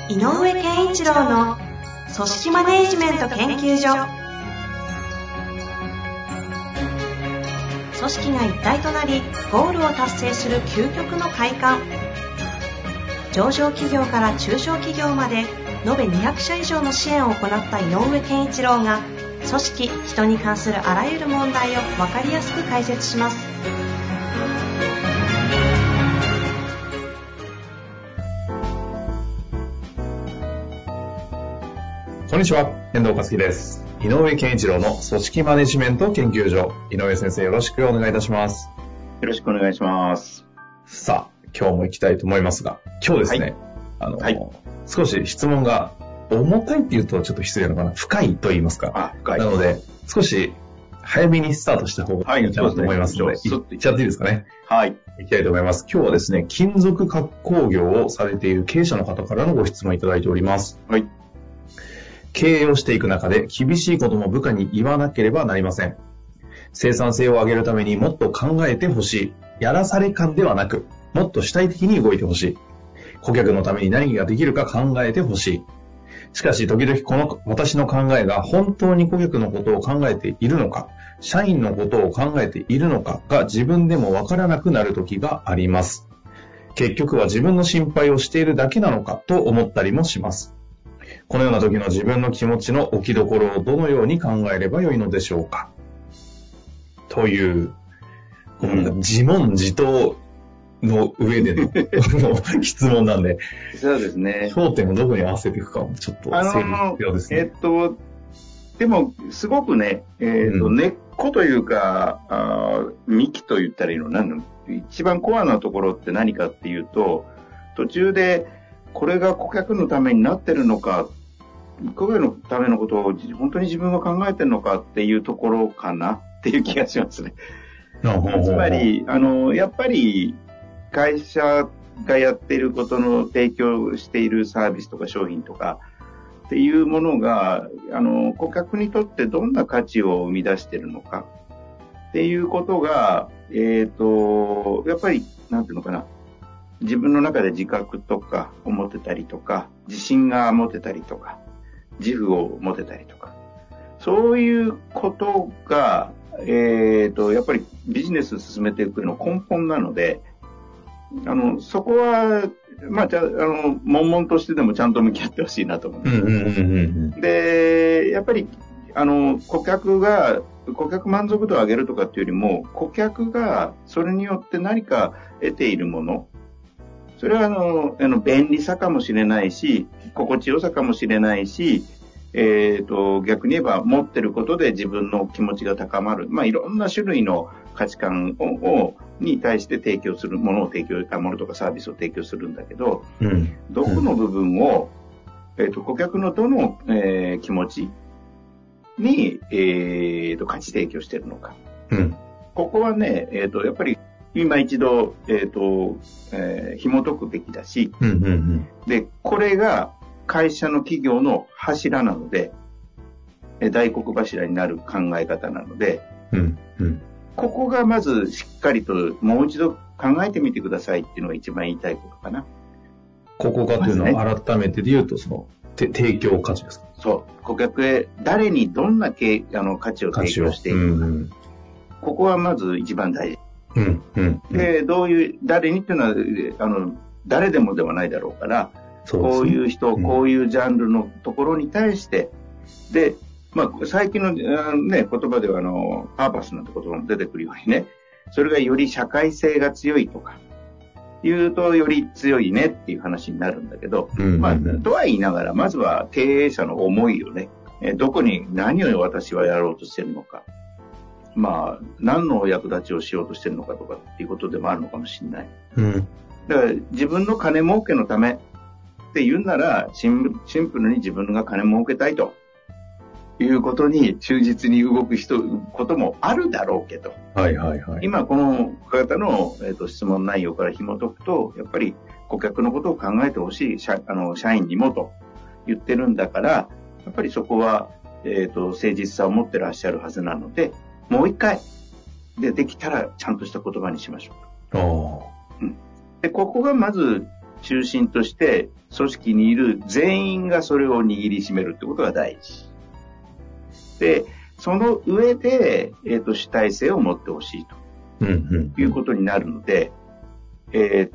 井上健一郎の組織マネジメント研究所。組織が一体となりゴールを達成する究極の快感。上場企業から中小企業まで延べ200社以上の支援を行った井上健一郎が、組織・人に関するあらゆる問題を分かりやすく解説します。 こんにちは、遠藤和樹です。井上健一郎の組織マネジメント研究所。井上先生、よろしくお願いいたします。 よろしくお願いします。 さあ、今日も行きたいと思いますが、今日ですね、少し質問が重たいって言うとちょっと失礼なのかな、深いと言いますか。 深い。 なので、少し早めにスタートした方がいいかなと思いますので、行っちゃっていいですかね。 はい。 行きたいと思います。今日はですね、金属加工業をされている経営者の方からのご質問いただいております。 はい。 経営をしていく中で厳しいことも部下に言わなければなりません。生産性を上げるためにもっと考えてほしい。やらされ感ではなく、もっと主体的に動いてほしい。顧客のために何ができるか考えてほしい。しかし時々この私の考えが本当に顧客のことを考えているのか、社員のことを考えているのかが自分でもわからなくなる時があります。結局は自分の心配をしているだけなのかと思ったりもします。このような時の自分の気持ちの置きどころをどのように考えればよいのでしょうか、という、自問自答の上での質問なんで、 そうですね。 焦点をどこに合わせていくかもちょっと整理必要ですね。 でもすごくね、根っこというか幹と言ったらいいの、一番コアなところって何かっていうと、途中でこれが顧客のためになってるのか、顧客のためのことを本当に自分が考えてるのかっていうところかなっていう気がしますね。つまりやっぱり会社がやっていることの提供しているサービスとか商品とかっていうものが顧客にとってどんな価値を生み出しているのかっていうことがやっぱりなんていうのかな、自分の中で自覚とか思ってたりとか、自信が持てたりとか、自負を持てたりとか、そういうことがやっぱりビジネスを進めていくの根本なので、そこは悶々としてでもちゃんと向き合ってほしいなと思うんです。で、やっぱり顧客満足度を上げるとかっていうよりも、顧客がそれによって何か得ているもの、それは便利さかもしれないし、心地よさかもしれないし、逆に言えば持ってることで自分の気持ちが高まる、いろんな種類の価値観に対して提供するものとかサービスを提供するんだけど、どこの部分を、顧客のどの、気持ちに、価値提供しているのか、ここはね、やっぱり今一度、紐解くべきだし、でこれが会社の企業の柱なので、大黒柱になる考え方なので、ここがまずしっかりともう一度考えてみてくださいっていうのが一番言いたいことかな。 ここがというのは改めてで言うと、その提供価値ですか。 そう、顧客へ誰にどんな価値を提供しているのか、ここはまず一番大事。で、どういう誰にっていうのは誰でもではないだろうから、こういう人、こういうジャンルのところに対して、で、最近の、言葉ではパーパスなんて言葉も出てくるようにね、それがより社会性が強いとか言うとより強いねっていう話になるんだけど、とは言いながら、まずは経営者の思いをね、どこに何を私はやろうとしてるのか、何の役立ちをしようとしてるのかとかっていうことでもあるのかもしれない。だから自分の金儲けのためって言うなら、シンプルに自分が金儲けたいということに忠実に動くこともあるだろうけど、今この方の、質問内容から紐解くと、やっぱり顧客のことを考えてほしい社員にもと言ってるんだから、やっぱりそこは、誠実さを持ってらっしゃるはずなので、もう一回できたらちゃんとした言葉にしましょう。でここがまず中心として組織にいる全員がそれを握りしめるってことが大事。で、その上で、主体性を持ってほしいということになるので、で、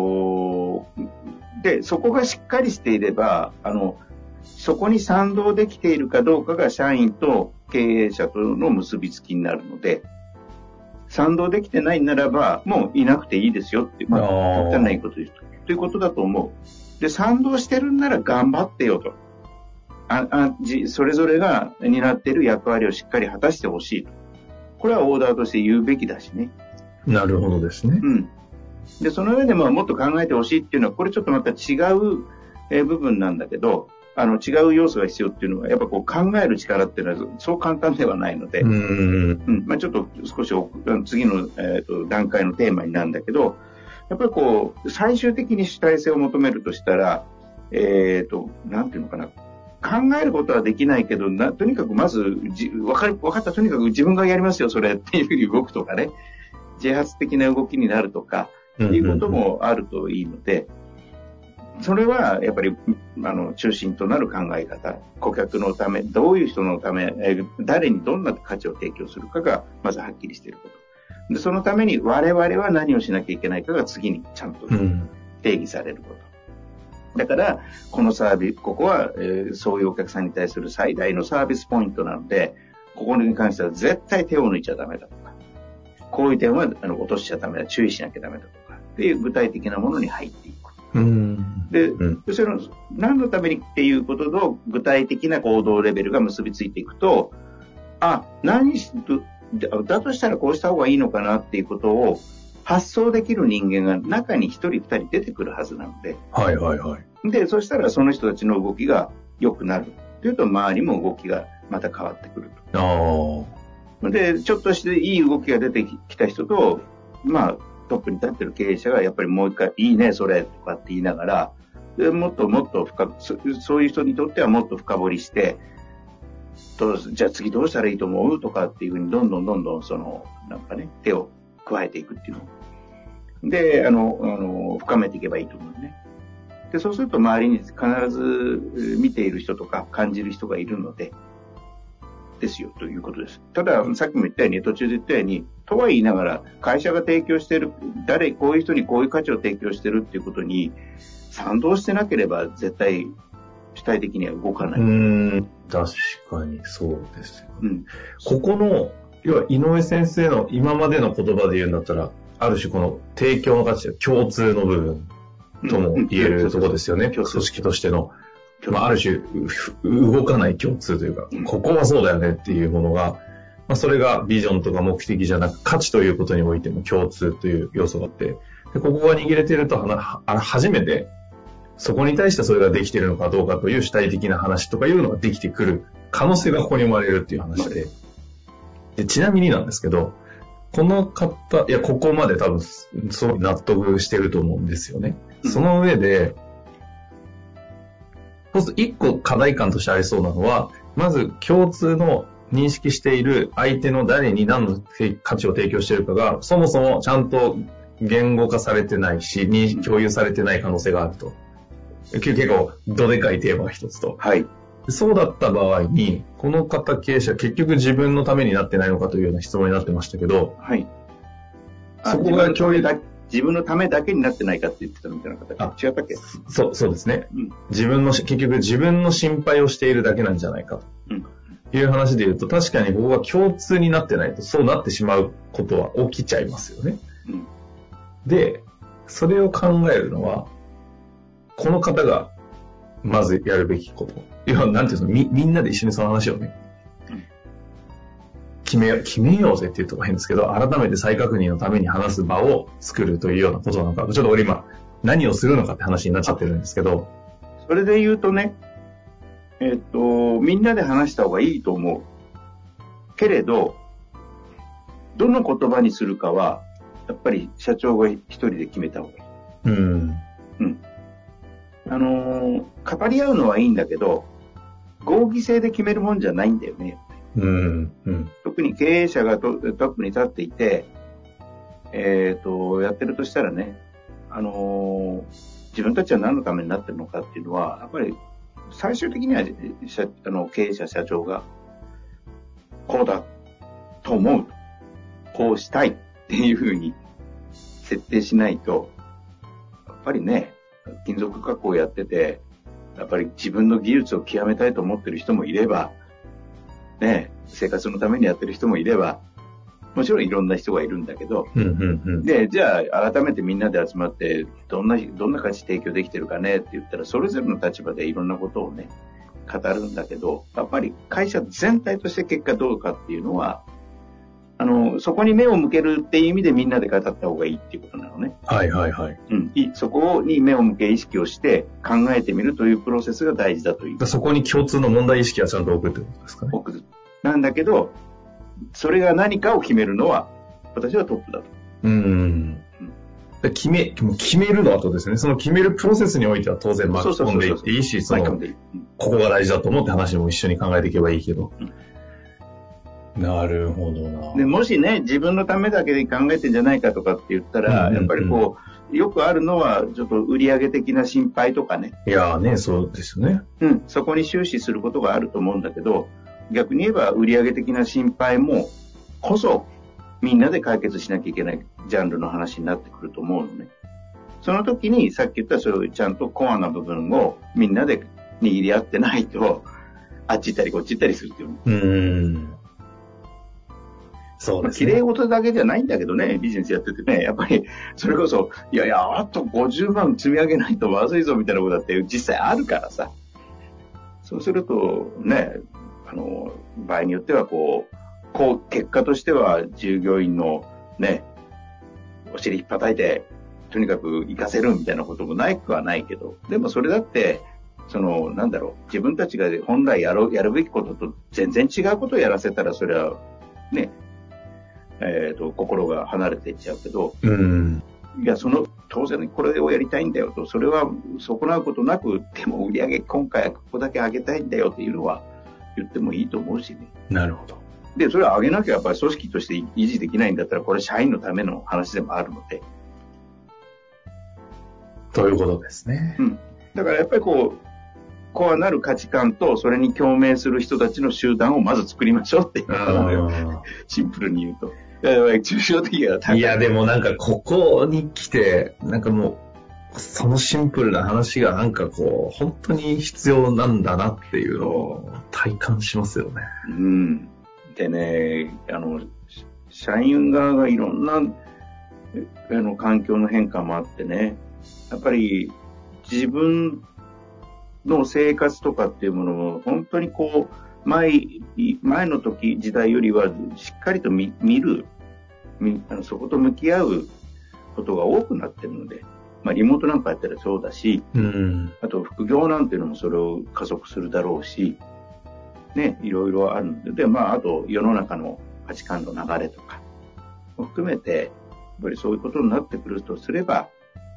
そこがしっかりしていれば、そこに賛同できているかどうかが社員と経営者との結びつきになるので、賛同できてないならば、もういなくていいですよって、簡単ないことですということだと思う。で、賛同してるんなら頑張ってよと。それぞれが担っている役割をしっかり果たしてほしいと。これはオーダーとして言うべきだしね。 なるほどですね。 で、その上でもっと考えてほしいっていうのは、これちょっとまた違う部分なんだけど、違う要素が必要っていうのは、やっぱこう考える力っていうのはそう簡単ではないので、ちょっと少し次の、段階のテーマになるんだけど、やっぱりこう、最終的に主体性を求めるとしたら、なんていうのかな、考えることはできないけど、とにかくまず、分かった、とにかく自分がやりますよ、それっていうふうに動くとかね、自発的な動きになるとか、いうこともあるといいので、それはやっぱり中心となる考え方、顧客のため、どういう人のため、誰にどんな価値を提供するかがまずはっきりしていること。で、そのために我々は何をしなきゃいけないかが次にちゃんと定義されること。だから、このサービス、ここは、そういうお客さんに対する最大のサービスポイントなので、ここに関しては絶対手を抜いちゃダメだとか、こういう点は落としちゃダメだ、注意しなきゃダメだとか、っていう具体的なものに入っていく。で、その何のためにっていうことと具体的な行動レベルが結びついていくと、だとしたらこうした方がいいのかなっていうことを発想できる人間が中に一人二人出てくるはずなので、で、そしたらその人たちの動きが良くなるというと、周りも動きがまた変わってくると。で、ちょっとしていい動きが出てきた人と、トップに立ってる経営者がやっぱりもう一回いいねそれとかって言いながら、でもっともっとそういう人にとってはもっと深掘りして、じゃあ次どうしたらいいと思うとかっていうふうにどんどん手を加えていくっていうので、深めていけばいいと思うね。で、そうすると周りに必ず見ている人とか感じる人がいるのでですよということです。ただ、さっきも言ったように、途中で言ったように、とは言いながら、会社が提供している、こういう人にこういう価値を提供しているっていうことに、賛同してなければ、絶対、主体的には動かない。 確かにそうですよ、ここの、要は井上先生の今までの言葉で言うんだったら、ある種この提供の価値は共通の部分とも言えるところですよね。組織としての。ある種動かない共通というか、ここはそうだよねっていうものが、それがビジョンとか目的じゃなく価値ということにおいても共通という要素があって、でここが握れていると初めてそこに対してそれができているのかどうかという主体的な話とかいうのができてくる可能性がここに生まれるっていう話で、ちなみになんですけど、この方、ここまで多分そう納得してると思うんですよね。その上でそうすると一個課題感としてありそうなのは、まず共通の認識している相手の誰に何の価値を提供しているかが、そもそもちゃんと言語化されてないし、共有されてない可能性があると。結構どでかいテーマが一つと。そうだった場合に、この方経営者結局自分のためになってないのかというような質問になってましたけど、そこが共有自分のためだけになってないかって言ってたみたいな形。違ったっけ？ そうですね。結局自分の心配をしているだけなんじゃないかという話で言うと、確かにここが共通になってないとそうなってしまうことは起きちゃいますよね。で、それを考えるのは、この方がまずやるべきこと。なんていうの、みんなで一緒にその話をね、決めようぜっていうところ変ですけど、改めて再確認のために話す場を作るというようなことなのか、ちょっと俺今何をするのかって話になっちゃってるんですけど。 それで言うとね、みんなで話した方がいいと思う。けれど、どの言葉にするかは、やっぱり社長が一人で決めた方がいい。語り合うのはいいんだけど、合議制で決めるもんじゃないんだよね。特に経営者がトップに立っていて、やってるとしたらね、 自分たちは何のためになってるのかっていうのは、やっぱり最終的には経営者、社長がこうだと思う、こうしたいっていうふうに設定しないと、やっぱりね、金属加工をやってて、やっぱり自分の技術を極めたいと思ってる人もいれば、ね、生活のためにやってる人もいれば、もちろんいろんな人がいるんだけど、で、じゃあ改めてみんなで集まって、どんな価値提供できてるかねって言ったら、それぞれの立場でいろんなことをね、語るんだけど、やっぱり会社全体として結果どうかっていうのは、そこに目を向けるっていう意味でみんなで語った方がいいっていうことなのね。 はいはいはい。 そこに目を向け意識をして考えてみるというプロセスが大事だという。 そこに共通の問題意識はちゃんと置くってことですかね。 置く。なんだけど、それが何かを決めるのは、私はトップだと。 決めるのはとですね、その決めるプロセスにおいては当然巻き込んでいっていいし、ここが大事だと思って話も一緒に考えていけばいいけど。なるほどな。 で、もしね、自分のためだけで考えてんじゃないかとかって言ったら、やっぱりこう、よくあるのは、ちょっと売上的な心配とかね。 いやーね、そうですよね。 そこに終始することがあると思うんだけど、逆に言えば売上的な心配もこそ、みんなで解決しなきゃいけないジャンルの話になってくると思うのね。その時に、さっき言ったそういうちゃんとコアな部分をみんなで握り合ってないと、あっち行ったりこっち行ったりするっていう。 そうですね。 綺麗事だけじゃないんだけどね、ビジネスやっててね、やっぱり、それこそ、あと50万積み上げないとまずいぞみたいなことだって実際あるからさ。そうすると、ね、場合によっては結果としては従業員のね、お尻引っ叩いて、とにかく行かせるみたいなこともないくはないけど、でもそれだって、自分たちが本来やるべきことと全然違うことをやらせたら、それは、ね、心が離れていっちゃうけど、当然これをやりたいんだよと、それは損なうことなく、でも売り上げ今回はここだけ上げたいんだよっていうのは言ってもいいと思うしね。 なるほど。 で、それは上げなきゃやっぱり組織として維持できないんだったら、これ社員のための話でもあるので。 ということですね。 だからやっぱりコアなる価値観とそれに共鳴する人たちの集団をまず作りましょうっていうことなのよ。シンプルに言うと。抽象的が高い。 いや、でもなんかここに来て、なんかもう、そのシンプルな話がなんか本当に必要なんだなっていうのを体感しますよね。 でね、社員側がいろんな、環境の変化もあってね、やっぱり自分の生活とかっていうものも本当に前の時代よりはしっかりと見る、そこと向き合うことが多くなってるので、リモートなんかやったらそうだし、あと副業なんていうのもそれを加速するだろうし、ね、いろいろあるので、あと世の中の価値観の流れとかも含めて、やっぱりそういうことになってくるとすれば、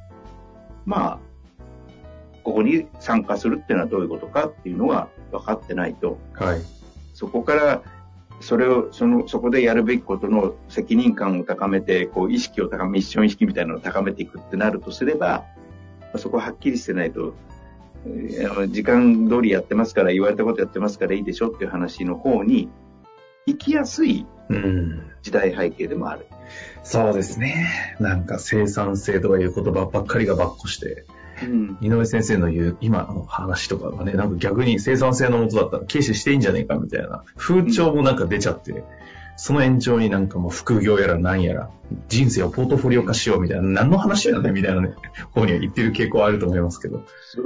ここに参加するっていうのはどういうことかっていうのが分かってないと、そこからそこでやるべきことの責任感を高めて、意識をミッション意識みたいなのを高めていくってなるとすれば、そこははっきりしてないと、時間通りやってますから、言われたことやってますからいいでしょっていう話の方に行きやすい時代背景でもある。 そうですね。なんか生産性とかいう言葉ばっかりがばっこして、井上先生の言う今の話とかがね、なんか逆に生産性のもとだったら軽視していいんじゃねえかみたいな風潮もなんか出ちゃって、その延長になんかもう副業やら何やら人生をポートフォリオ化しようみたいな、何の話なんだみたいなね方には言ってる傾向はあると思いますけど。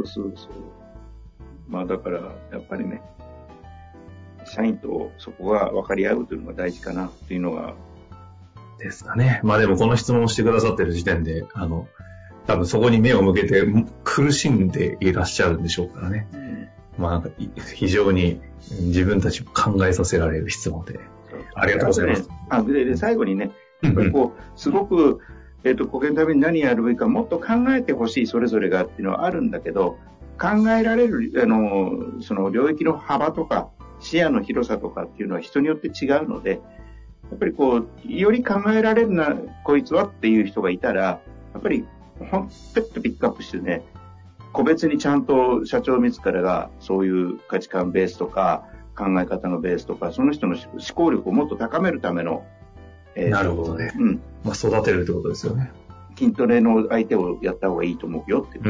だからやっぱりね、社員とそこが分かり合うというのが大事かなっていうのがですかね。でもこの質問をしてくださってる時点で多分そこに目を向けて苦しんでいらっしゃるんでしょうからね。なんか非常に自分たちも考えさせられる質問で、ありがとうございます。 で最後にね、やっぱりすごく保険のために何やるべきかもっと考えてほしいそれぞれがっていうのはあるんだけど、考えられるその領域の幅とか視野の広さとかっていうのは人によって違うので、やっぱりより考えられるなこいつはっていう人がいたら、やっぱりペッとピックアップしてね、 個別にちゃんと社長自らがそういう価値観ベースとか考え方のベースとかその人の思考力をもっと高めるための、 なるほどね。育てるってことですよね。 筋トレの相手をやった方がいいと思うよっていう。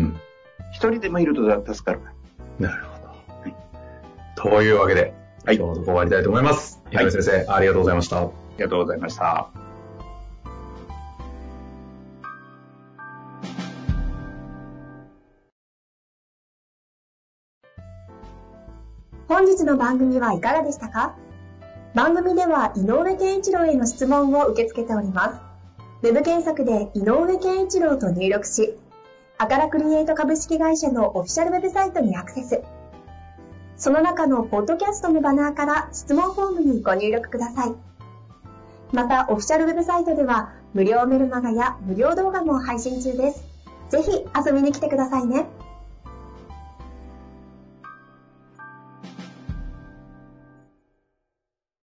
一人でもいると助かる。 なるほど。というわけで、今日のところ終わりたいと思います。井上先生、ありがとうございました。 ありがとうございました。 本日の番組はいかがでしたか？番組では井上健一郎への質問を受け付けております。ウェブ検索で井上健一郎と入力し、アカラクリエイト株式会社のオフィシャルウェブサイトにアクセス。その中のポッドキャストのバナーから質問フォームにご入力ください。また、オフィシャルウェブサイトでは無料メルマガや無料動画も配信中です。ぜひ遊びに来てくださいね。